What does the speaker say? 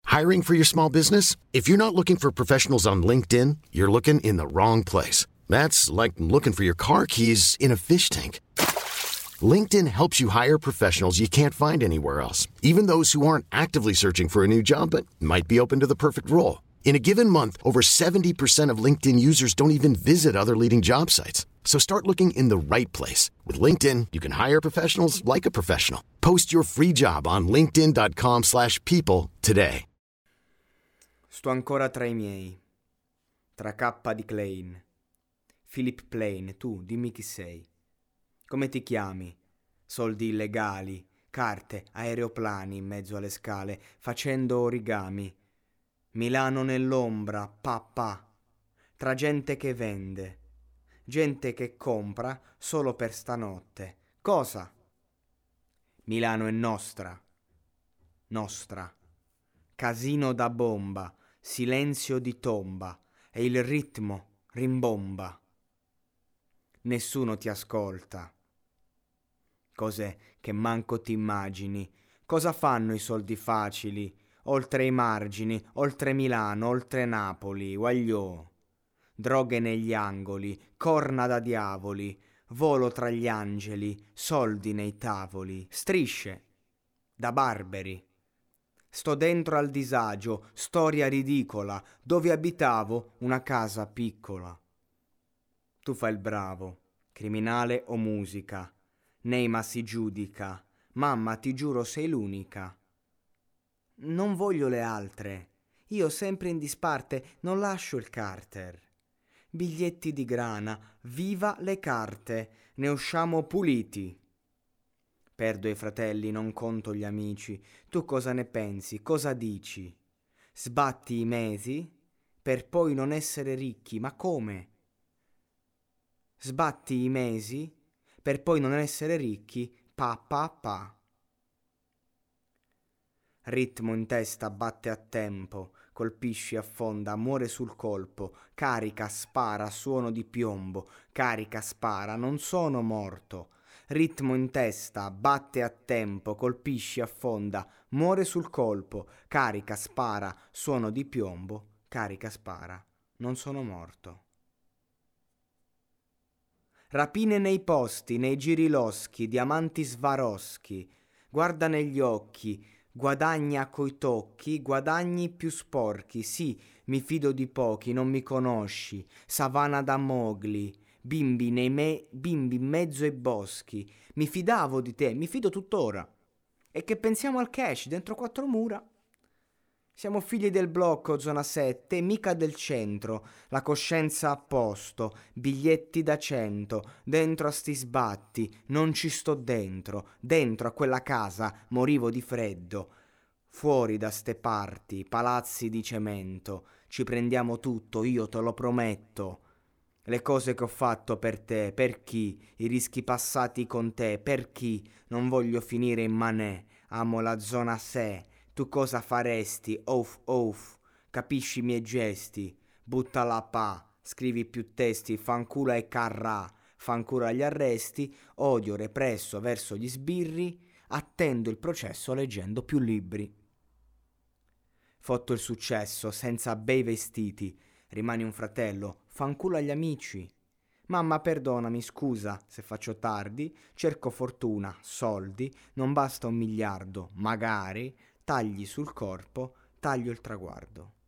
Hiring for your small business? If you're not looking for professionals on LinkedIn, you're looking in the wrong place. That's like looking for your car keys in a fish tank. LinkedIn helps you hire professionals you can't find anywhere else, even those who aren't actively searching for a new job but might be open to the perfect role. In a given month, over 70% of LinkedIn users don't even visit other leading job sites. So start looking in the right place. With LinkedIn, you can hire professionals like a professional. Post your free job on linkedin.com/people today. Sto ancora tra i miei, tra K di Klein. Philip Plain, tu dimmi chi sei. Come ti chiami? Soldi illegali, carte, aeroplani in mezzo alle scale, facendo origami. Milano nell'ombra, papà, tra gente che vende, gente che compra solo per stanotte. Cosa? Milano è nostra, nostra. Casino da bomba, silenzio di tomba, e il ritmo rimbomba. Nessuno ti ascolta. Cos'è che manco ti immagini? Cosa fanno i soldi facili? Oltre i margini, oltre Milano, oltre Napoli, guagliò. Droghe negli angoli, corna da diavoli, volo tra gli angeli, soldi nei tavoli, strisce da barberi. Sto dentro al disagio, storia ridicola, dove abitavo una casa piccola. Tu fai il bravo, criminale o musica. Neima si giudica, mamma ti giuro sei l'unica. Non voglio le altre, io sempre in disparte non lascio il carter. Biglietti di grana, viva le carte, ne usciamo puliti. Perdo i fratelli, non conto gli amici, tu cosa ne pensi, cosa dici? Sbatti i mesi per poi non essere ricchi, ma come? Sbatti i mesi per poi non essere ricchi, pa. Ritmo in testa, batte a tempo, colpisci, affonda, muore sul colpo, carica, spara, suono di piombo, carica, spara, non sono morto. Ritmo in testa, batte a tempo, colpisci, affonda, muore sul colpo, carica, spara, suono di piombo, carica, spara, non sono morto. Rapine nei posti, nei giri loschi, diamanti Swarovski, guarda negli occhi, guadagna coi tocchi, guadagni più sporchi, sì, mi fido di pochi, non mi conosci, savana da Mowgli, bimbi bimbi in mezzo ai boschi, mi fidavo di te, mi fido tuttora, e che pensiamo al cash dentro quattro mura? Siamo figli del blocco, zona 7, mica del centro, la coscienza a posto, biglietti da 100, dentro a sti sbatti, non ci sto dentro, dentro a quella casa morivo di freddo, fuori da ste parti, palazzi di cemento, ci prendiamo tutto, io te lo prometto. Le cose che ho fatto per te, per chi, i rischi passati con te, per chi, non voglio finire in manè, amo la zona 6. Tu cosa faresti? Off, capisci i miei gesti? Butta la pa, scrivi più testi, fanculo ai carrà, fanculo agli arresti, odio represso verso gli sbirri, attendo il processo leggendo più libri. Fotto il successo, senza bei vestiti, rimani un fratello, fanculo agli amici. Mamma perdonami, scusa se faccio tardi, cerco fortuna, soldi, non basta 1 miliardo, magari, tagli sul corpo, taglio il traguardo.